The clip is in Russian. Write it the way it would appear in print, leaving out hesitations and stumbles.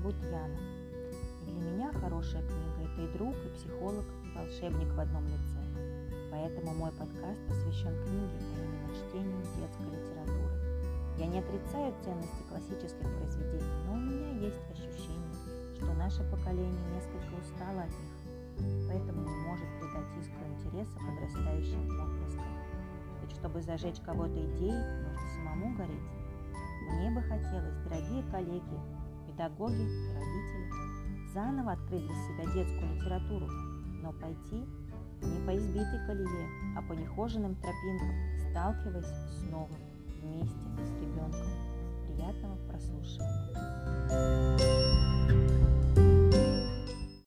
зовут Яна. И для меня хорошая книга – это и друг, и психолог, и волшебник в одном лице. Поэтому мой подкаст посвящен книге, а именно чтению детской литературы. Я не отрицаю ценности классических произведений, но у меня есть ощущение, что наше поколение несколько устало от них, поэтому не может придать искру интереса подрастающим отпрыскам. Ведь чтобы зажечь кого-то идеей, нужно самому гореть. Мне бы хотелось, дорогие коллеги, педагоги и родители, заново открыть для себя детскую литературу, но пойти не по избитой колее, а по нехоженным тропинкам, сталкиваясь с новым вместе с ребенком. Приятного прослушивания.